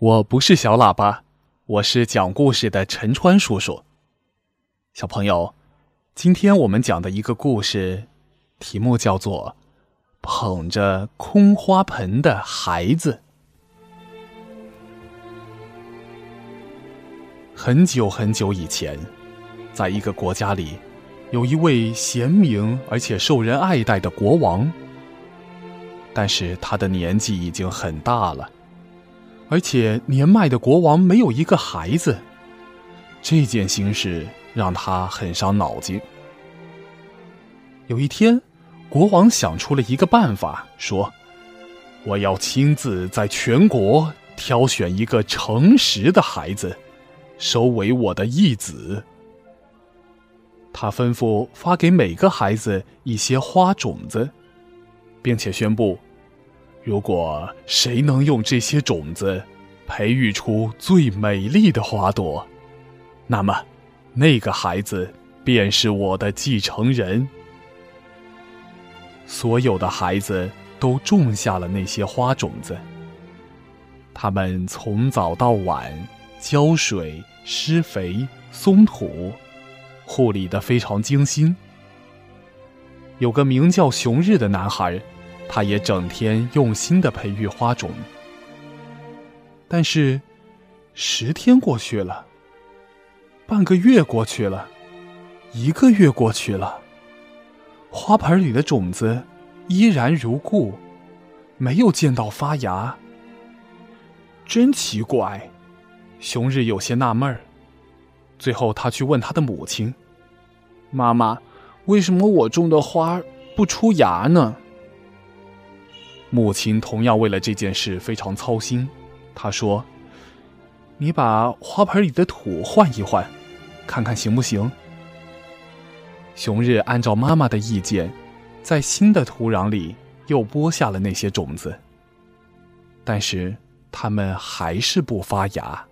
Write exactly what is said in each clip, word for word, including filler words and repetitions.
我不是小喇叭，我是讲故事的陈川叔叔。小朋友，今天我们讲的一个故事，题目叫做《捧着空花盆的孩子》。很久很久以前，在一个国家里，有一位贤明而且受人爱戴的国王，但是他的年纪已经很大了，而且年迈的国王没有一个孩子，这件心事让他很伤脑筋。有一天，国王想出了一个办法，说：我要亲自在全国挑选一个诚实的孩子，收为我的义子。他吩咐发给每个孩子一些花种子，并且宣布，如果谁能用这些种子培育出最美丽的花朵，那么那个孩子便是我的继承人。所有的孩子都种下了那些花种子，他们从早到晚浇水、施肥、松土，护理得非常精心。有个名叫熊日的男孩，他也整天用心地培育花种。但是十天过去了，半个月过去了，一个月过去了，花盆里的种子依然如故，没有见到发芽。真奇怪，熊日有些纳闷儿。最后他去问他的母亲：妈妈，为什么我种的花不出芽呢？母亲同样为了这件事非常操心，她说：你把花盆里的土换一换，看看行不行？熊日按照妈妈的意见，在新的土壤里又播下了那些种子，但是它们还是不发芽。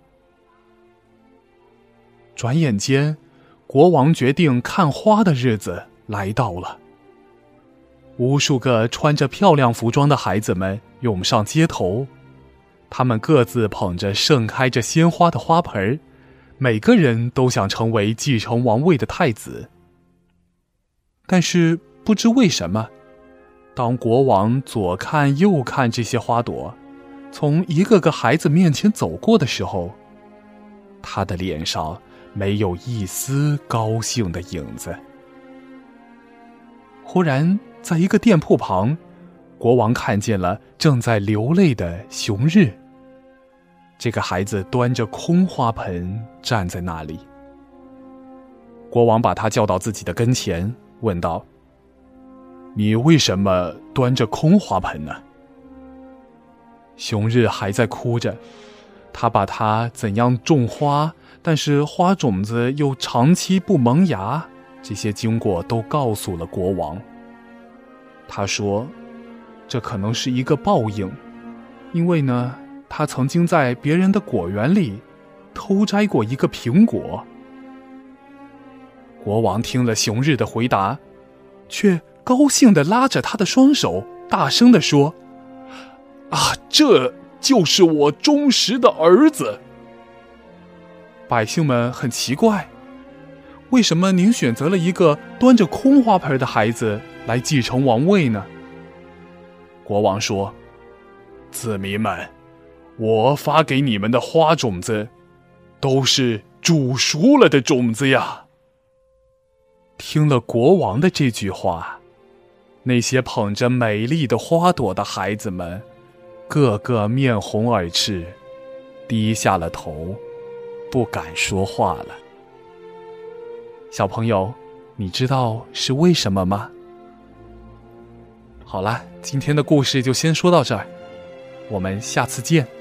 转眼间，国王决定看花的日子来到了。无数个穿着漂亮服装的孩子们涌上街头，他们各自捧着盛开着鲜花的花盆，每个人都想成为继承王位的太子。但是不知为什么，当国王左看右看这些花朵，从一个个孩子面前走过的时候，他的脸上没有一丝高兴的影子。忽然，在一个店铺旁，国王看见了正在流泪的熊日。这个孩子端着空花盆站在那里。国王把他叫到自己的跟前，问道：你为什么端着空花盆呢？熊日还在哭着，他把他怎样种花，但是花种子又长期不萌芽，这些经过都告诉了国王。他说，这可能是一个报应，因为呢，他曾经在别人的果园里偷摘过一个苹果。国王听了熊日的回答，却高兴地拉着他的双手，大声地说：啊，这就是我忠实的儿子。百姓们很奇怪，为什么您选择了一个端着空花盆的孩子来继承王位呢？国王说：子民们，我发给你们的花种子都是煮熟了的种子呀。听了国王的这句话，那些捧着美丽的花朵的孩子们个个面红耳赤，低下了头，不敢说话了。小朋友，你知道是为什么吗？好了，今天的故事就先说到这儿，我们下次见。